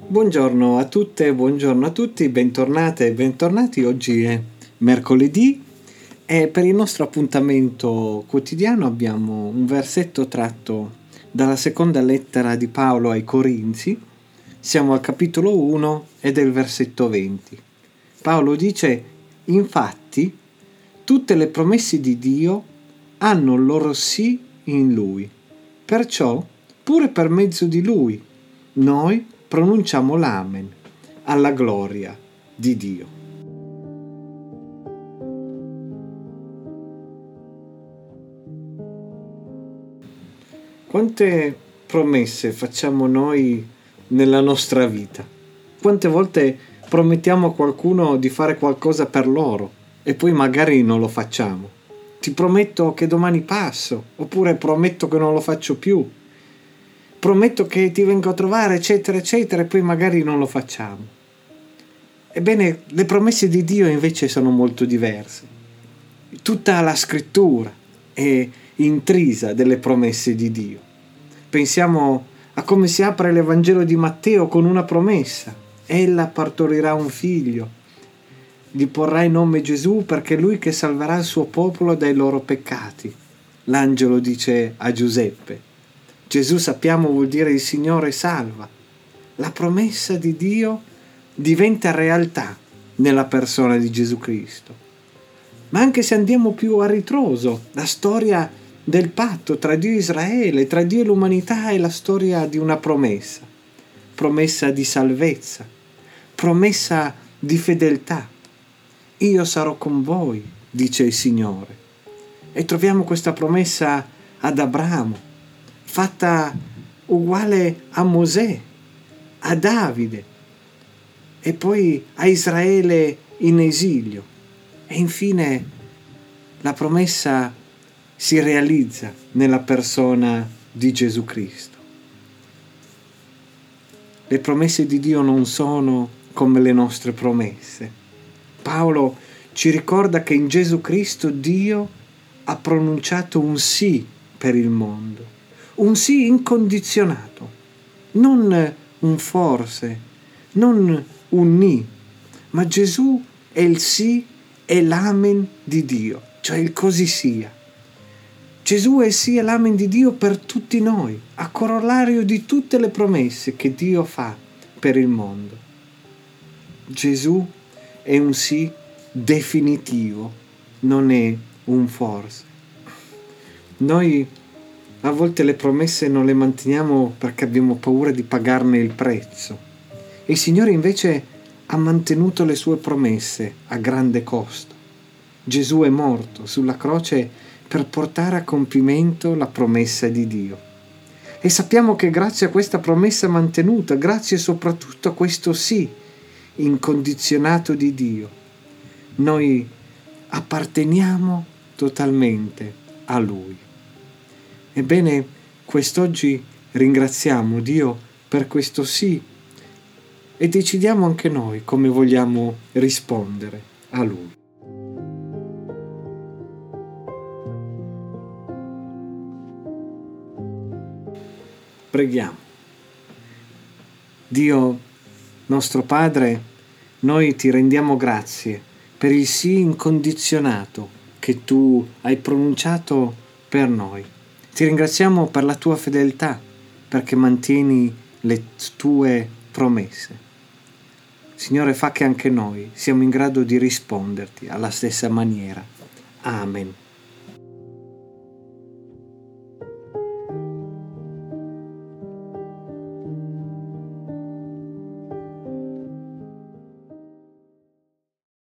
Buongiorno a tutte, buongiorno a tutti, bentornate e bentornati. Oggi è mercoledì e per il nostro appuntamento quotidiano abbiamo un versetto tratto dalla seconda lettera di Paolo ai Corinzi. Siamo al capitolo 1 ed è il versetto 20. Paolo dice: infatti tutte le promesse di Dio hanno il loro sì in Lui. Perciò, pure per mezzo di Lui, noi pronunciamo l'Amen alla gloria di Dio. Quante promesse facciamo noi nella nostra vita? Quante volte promettiamo a qualcuno di fare qualcosa per loro e poi magari non lo facciamo? Ti prometto che domani passo, oppure prometto che non lo faccio più. Prometto che ti vengo a trovare, eccetera, eccetera, e poi magari non lo facciamo. Ebbene, le promesse di Dio invece sono molto diverse. Tutta la scrittura è intrisa delle promesse di Dio. Pensiamo a come si apre l'Evangelo di Matteo con una promessa. Ella partorirà un figlio, gli porrà il nome Gesù perché è lui che salverà il suo popolo dai loro peccati. L'angelo dice a Giuseppe. Gesù, sappiamo, vuol dire il Signore salva. La promessa di Dio diventa realtà nella persona di Gesù Cristo. Ma anche se andiamo più a ritroso, la storia del patto tra Dio e Israele, tra Dio e l'umanità è la storia di una promessa. Promessa di salvezza, promessa di fedeltà. Io sarò con voi, dice il Signore. E troviamo questa promessa ad Abramo, fatta uguale a Mosè, a Davide e poi a Israele in esilio. E infine la promessa si realizza nella persona di Gesù Cristo. Le promesse di Dio non sono come le nostre promesse. Paolo ci ricorda che in Gesù Cristo Dio ha pronunciato un sì per il mondo. Un sì incondizionato, non un forse, non un ni, ma Gesù è il sì e l'amen di Dio, cioè il così sia. Gesù è il sì e l'amen di Dio per tutti noi, a corollario di tutte le promesse che Dio fa per il mondo. Gesù è un sì definitivo, non è un forse. Noi a volte le promesse non le manteniamo perché abbiamo paura di pagarne il prezzo. Il Signore invece ha mantenuto le sue promesse a grande costo. Gesù è morto sulla croce per portare a compimento la promessa di Dio. E sappiamo che grazie a questa promessa mantenuta, grazie soprattutto a questo sì incondizionato di Dio, noi apparteniamo totalmente a Lui. Ebbene, quest'oggi ringraziamo Dio per questo sì e decidiamo anche noi come vogliamo rispondere a Lui. Preghiamo. Dio nostro Padre, noi ti rendiamo grazie per il sì incondizionato che tu hai pronunciato per noi. Ti ringraziamo per la tua fedeltà, perché mantieni le tue promesse. Signore, fa che anche noi siamo in grado di risponderti alla stessa maniera. Amen.